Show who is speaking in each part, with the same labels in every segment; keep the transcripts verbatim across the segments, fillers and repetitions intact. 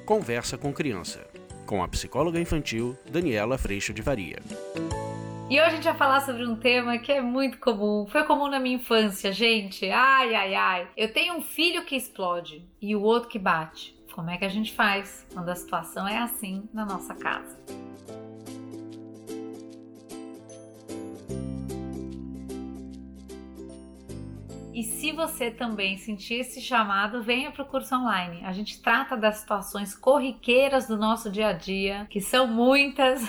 Speaker 1: Conversa com Criança, com a psicóloga infantil Daniela Freixo de Varia.
Speaker 2: E hoje a gente vai falar sobre um tema que é muito comum, foi comum na minha infância, gente. Ai, ai, ai. Eu tenho um filho que explode e o outro que bate. Como é que a gente faz quando a situação é assim na nossa casa? E se você também sentir esse chamado, venha para o curso online. A gente trata das situações corriqueiras do nosso dia a dia, que são muitas,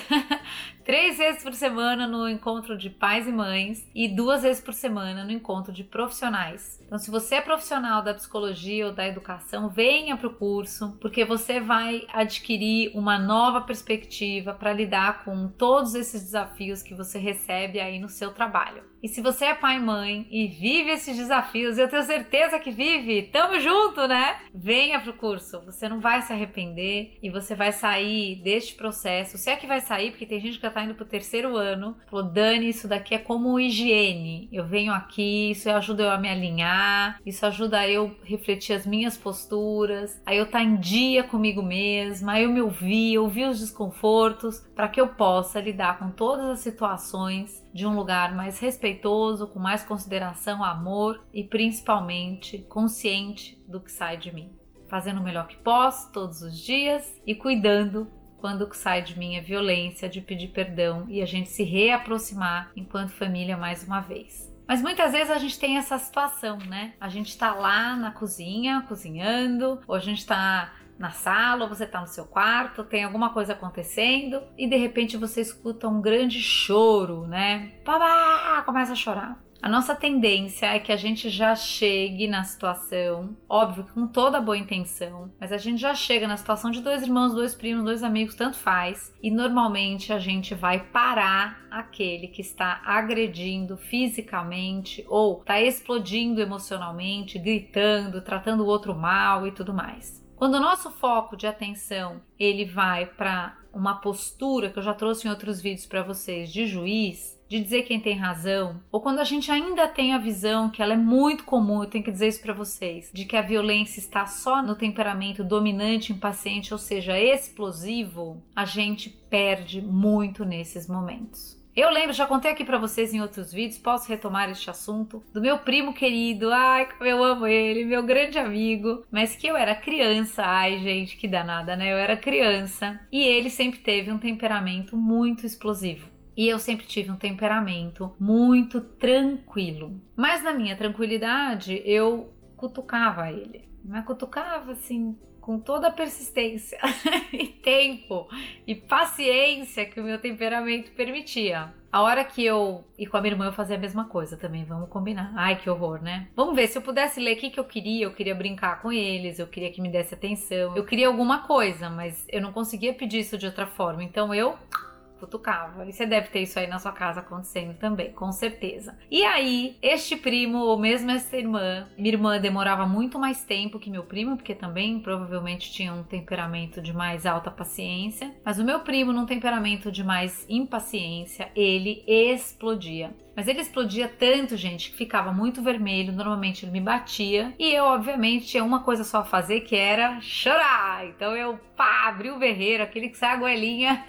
Speaker 2: três vezes por semana no encontro de pais e mães e duas vezes por semana no encontro de profissionais. Então, se você é profissional da psicologia ou da educação, venha para o curso, porque você vai adquirir uma nova perspectiva para lidar com todos esses desafios que você recebe aí no seu trabalho. E se você é pai e mãe e vive esses desafios, eu tenho certeza que vive, tamo junto, né? Venha pro curso, você não vai se arrepender e você vai sair deste processo. Se é que vai sair, porque tem gente que já tá indo pro terceiro ano, falou, Dani, isso daqui é como higiene. Eu venho aqui, isso ajuda eu a me alinhar, isso ajuda eu refletir as minhas posturas, aí eu tá em dia comigo mesma, aí eu me ouvir, ouvir os desconfortos, para que eu possa lidar com todas as situações de um lugar mais respeitoso, com mais consideração, amor e principalmente consciente do que sai de mim. Fazendo o melhor que posso todos os dias e cuidando quando o que sai de mim é violência, de pedir perdão e a gente se reaproximar enquanto família mais uma vez. Mas muitas vezes a gente tem essa situação, né? A gente tá lá na cozinha, cozinhando, ou a gente tá na sala, ou você tá no seu quarto, tem alguma coisa acontecendo e de repente você escuta um grande choro, né? Babá! Começa a chorar. A nossa tendência é que a gente já chegue na situação, óbvio que com toda a boa intenção, mas a gente já chega na situação de dois irmãos, dois primos, dois amigos, tanto faz, e normalmente a gente vai parar aquele que está agredindo fisicamente ou está explodindo emocionalmente, gritando, tratando o outro mal e tudo mais. Quando o nosso foco de atenção ele vai para uma postura que eu já trouxe em outros vídeos para vocês de juiz, de dizer quem tem razão, ou quando a gente ainda tem a visão que ela é muito comum, eu tenho que dizer isso para vocês, de que a violência está só no temperamento dominante, impaciente, ou seja, explosivo, a gente perde muito nesses momentos. Eu lembro, já contei aqui pra vocês em outros vídeos, posso retomar este assunto, do meu primo querido, ai como eu amo ele, meu grande amigo, mas que eu era criança, ai gente, que danada, né? Eu era criança e ele sempre teve um temperamento muito explosivo. E eu sempre tive um temperamento muito tranquilo. Mas na minha tranquilidade, eu cutucava ele. Mas cutucava assim, com toda a persistência e tempo e paciência que o meu temperamento permitia. A hora que eu... E com a minha irmã eu fazia a mesma coisa também, vamos combinar. Ai, que horror, né? Vamos ver, se eu pudesse ler o que, que eu queria, eu queria brincar com eles, eu queria que me desse atenção, eu queria alguma coisa, mas eu não conseguia pedir isso de outra forma. Então eu... cutucava. E você deve ter isso aí na sua casa acontecendo também, com certeza. E aí, este primo, ou mesmo essa irmã, minha irmã demorava muito mais tempo que meu primo, porque também provavelmente tinha um temperamento de mais alta paciência, mas o meu primo, num temperamento de mais impaciência, ele explodia. Mas ele explodia tanto, gente, que ficava muito vermelho, normalmente ele me batia, e eu, obviamente, tinha uma coisa só a fazer, que era chorar. Então eu, pá, abri o berreiro, aquele que sai a goelinha,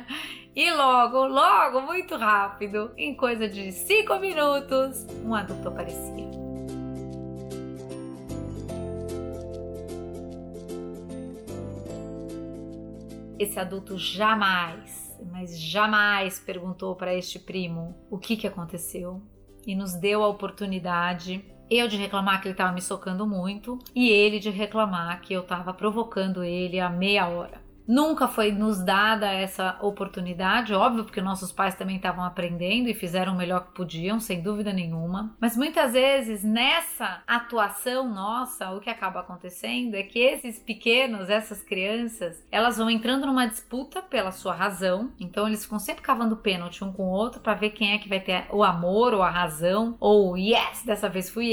Speaker 2: e logo, logo, muito rápido, em coisa de cinco minutos, um adulto aparecia. Esse adulto jamais, mas jamais perguntou para este primo o que, que aconteceu e nos deu a oportunidade, eu de reclamar que ele estava me socando muito e ele de reclamar que eu estava provocando ele há meia hora. Nunca foi nos dada essa oportunidade, óbvio, porque nossos pais também estavam aprendendo e fizeram o melhor que podiam, sem dúvida nenhuma. Mas muitas vezes, nessa atuação nossa, o que acaba acontecendo é que esses pequenos, essas crianças, elas vão entrando numa disputa pela sua razão. Então, eles ficam sempre cavando pênalti um com o outro para ver quem é que vai ter o amor ou a razão, ou yes, dessa vez fui eu.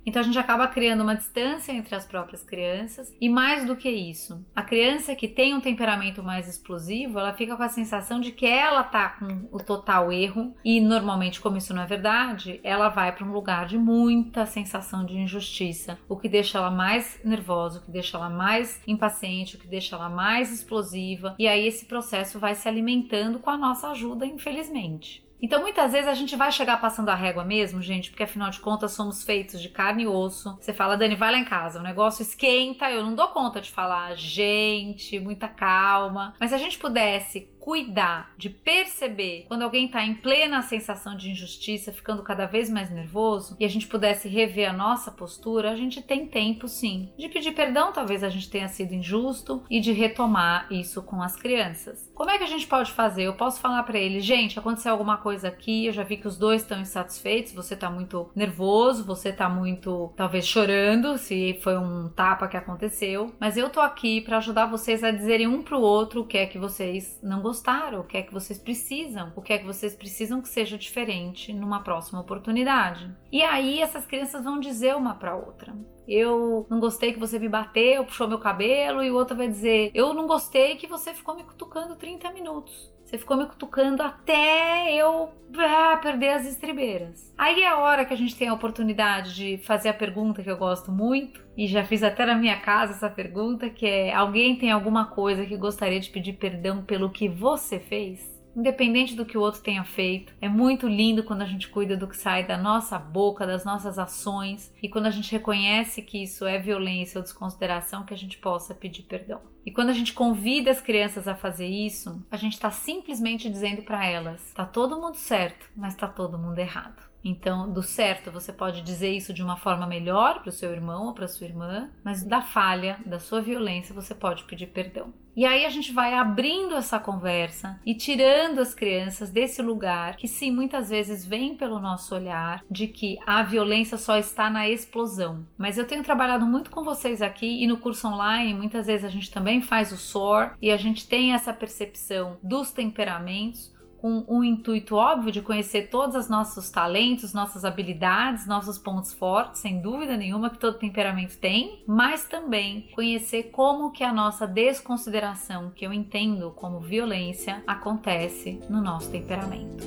Speaker 2: Então a gente acaba criando uma distância entre as próprias crianças e mais do que isso, a criança que tem um temperamento mais explosivo, ela fica com a sensação de que ela tá com o total erro e normalmente, como isso não é verdade, ela vai para um lugar de muita sensação de injustiça, o que deixa ela mais nervosa, o que deixa ela mais impaciente, o que deixa ela mais explosiva e aí esse processo vai se alimentando com a nossa ajuda, infelizmente. Então muitas vezes a gente vai chegar passando a régua mesmo, gente, porque afinal de contas somos feitos de carne e osso. Você fala, Dani, vai lá em casa, o negócio esquenta, eu não dou conta de falar, gente, muita calma. Mas se a gente pudesse cuidar de perceber quando alguém está em plena sensação de injustiça, ficando cada vez mais nervoso, e a gente pudesse rever a nossa postura, a gente tem tempo sim de pedir perdão, talvez a gente tenha sido injusto, e de retomar isso com as crianças. Como é que a gente pode fazer? Eu posso falar para ele, gente, aconteceu alguma coisa aqui, eu já vi que os dois estão insatisfeitos, você está muito nervoso, você está muito, talvez chorando, se foi um tapa que aconteceu, mas eu tô aqui para ajudar vocês a dizerem um pro outro o que é que vocês não gostaram, o que é que vocês precisam, o que é que vocês precisam que seja diferente numa próxima oportunidade. E aí essas crianças vão dizer uma para outra. Eu não gostei que você me bateu, puxou meu cabelo, e o outro vai dizer, eu não gostei que você ficou me cutucando trinta minutos. Você ficou me cutucando até eu ah, perder as estribeiras. Aí é a hora que a gente tem a oportunidade de fazer a pergunta que eu gosto muito, e já fiz até na minha casa essa pergunta, que é, alguém tem alguma coisa que gostaria de pedir perdão pelo que você fez? Independente do que o outro tenha feito, é muito lindo quando a gente cuida do que sai da nossa boca, das nossas ações, e quando a gente reconhece que isso é violência ou desconsideração, que a gente possa pedir perdão. E quando a gente convida as crianças a fazer isso, a gente está simplesmente dizendo para elas, tá todo mundo certo, mas tá todo mundo errado. Então, do certo, você pode dizer isso de uma forma melhor para o seu irmão ou para sua irmã, mas da falha, da sua violência, você pode pedir perdão. E aí a gente vai abrindo essa conversa e tirando as crianças desse lugar que sim, muitas vezes vem pelo nosso olhar de que a violência só está na explosão. Mas eu tenho trabalhado muito com vocês aqui e no curso online, muitas vezes a gente também faz o S O R e a gente tem essa percepção dos temperamentos, com o intuito óbvio de conhecer todos os nossos talentos, nossas habilidades, nossos pontos fortes, sem dúvida nenhuma que todo temperamento tem, mas também conhecer como que a nossa desconsideração, que eu entendo como violência, acontece no nosso temperamento.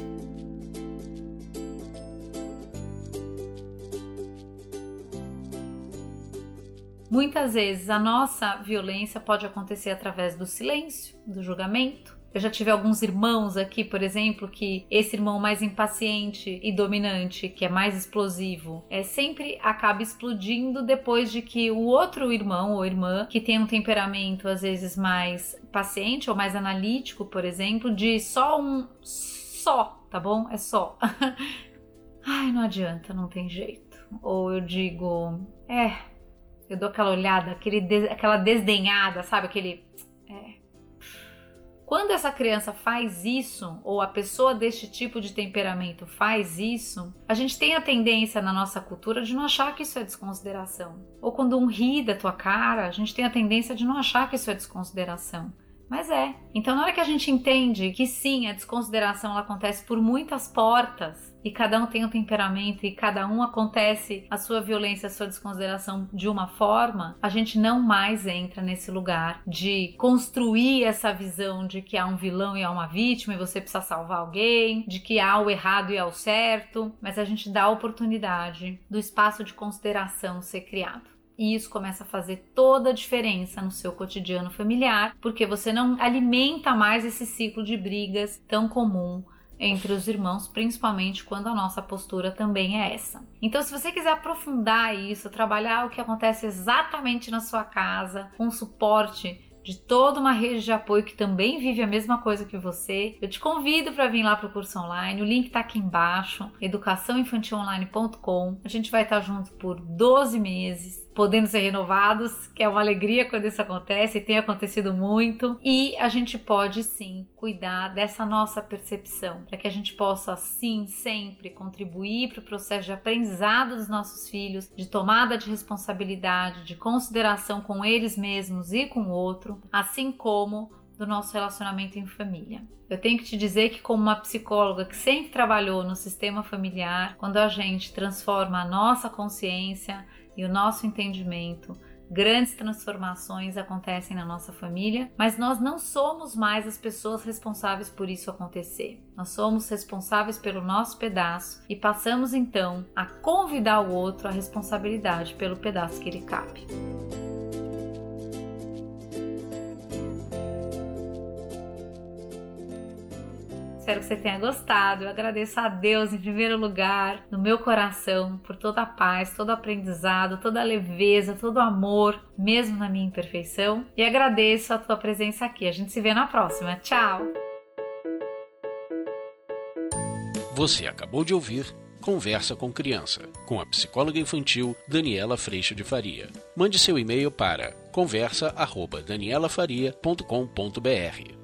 Speaker 2: Muitas vezes a nossa violência pode acontecer através do silêncio, do julgamento. Eu já tive alguns irmãos aqui, por exemplo, que esse irmão mais impaciente e dominante, que é mais explosivo, é, sempre acaba explodindo depois de que o outro irmão ou irmã, que tem um temperamento às vezes mais paciente ou mais analítico, por exemplo, diz só um só, tá bom? É só. Ai, não adianta, não tem jeito. Ou eu digo, é, eu dou aquela olhada, aquele des, aquela desdenhada, sabe? Aquele, é. Quando essa criança faz isso, ou a pessoa deste tipo de temperamento faz isso, a gente tem a tendência na nossa cultura de não achar que isso é desconsideração. Ou quando um ri da tua cara, a gente tem a tendência de não achar que isso é desconsideração. Mas é. Então, na hora que a gente entende que sim, a desconsideração ela acontece por muitas portas, e cada um tem um temperamento, e cada um acontece a sua violência, a sua desconsideração de uma forma, a gente não mais entra nesse lugar de construir essa visão de que há um vilão e há uma vítima, e você precisa salvar alguém, de que há o errado e há o certo, mas a gente dá a oportunidade do espaço de consideração ser criado. E isso começa a fazer toda a diferença no seu cotidiano familiar, porque você não alimenta mais esse ciclo de brigas tão comum entre os irmãos, principalmente quando a nossa postura também é essa. Então, se você quiser aprofundar isso, trabalhar o que acontece exatamente na sua casa, com suporte de toda uma rede de apoio que também vive a mesma coisa que você, eu te convido para vir lá para o curso online. O link está aqui embaixo, educação infantil online ponto com. A gente vai estar junto por doze meses, podendo ser renovados, que é uma alegria quando isso acontece, e tem acontecido muito. E a gente pode sim cuidar dessa nossa percepção, para que a gente possa sim sempre contribuir para o processo de aprendizado dos nossos filhos, de tomada de responsabilidade, de consideração com eles mesmos e com o outro, assim como do nosso relacionamento em família. Eu tenho que te dizer que, como uma psicóloga que sempre trabalhou no sistema familiar, quando a gente transforma a nossa consciência e o nosso entendimento, grandes transformações acontecem na nossa família, mas nós não somos mais as pessoas responsáveis por isso acontecer. Nós somos responsáveis pelo nosso pedaço e passamos então a convidar o outro à responsabilidade pelo pedaço que lhe cabe. Espero que você tenha gostado. Eu agradeço a Deus em primeiro lugar, no meu coração, por toda a paz, todo o aprendizado, toda a leveza, todo o amor, mesmo na minha imperfeição. E agradeço a tua presença aqui. A gente se vê na próxima. Tchau!
Speaker 1: Você acabou de ouvir Conversa com Criança, com a psicóloga infantil Daniela Freixo de Faria. Mande seu e-mail para conversa arroba daniela faria ponto com ponto br.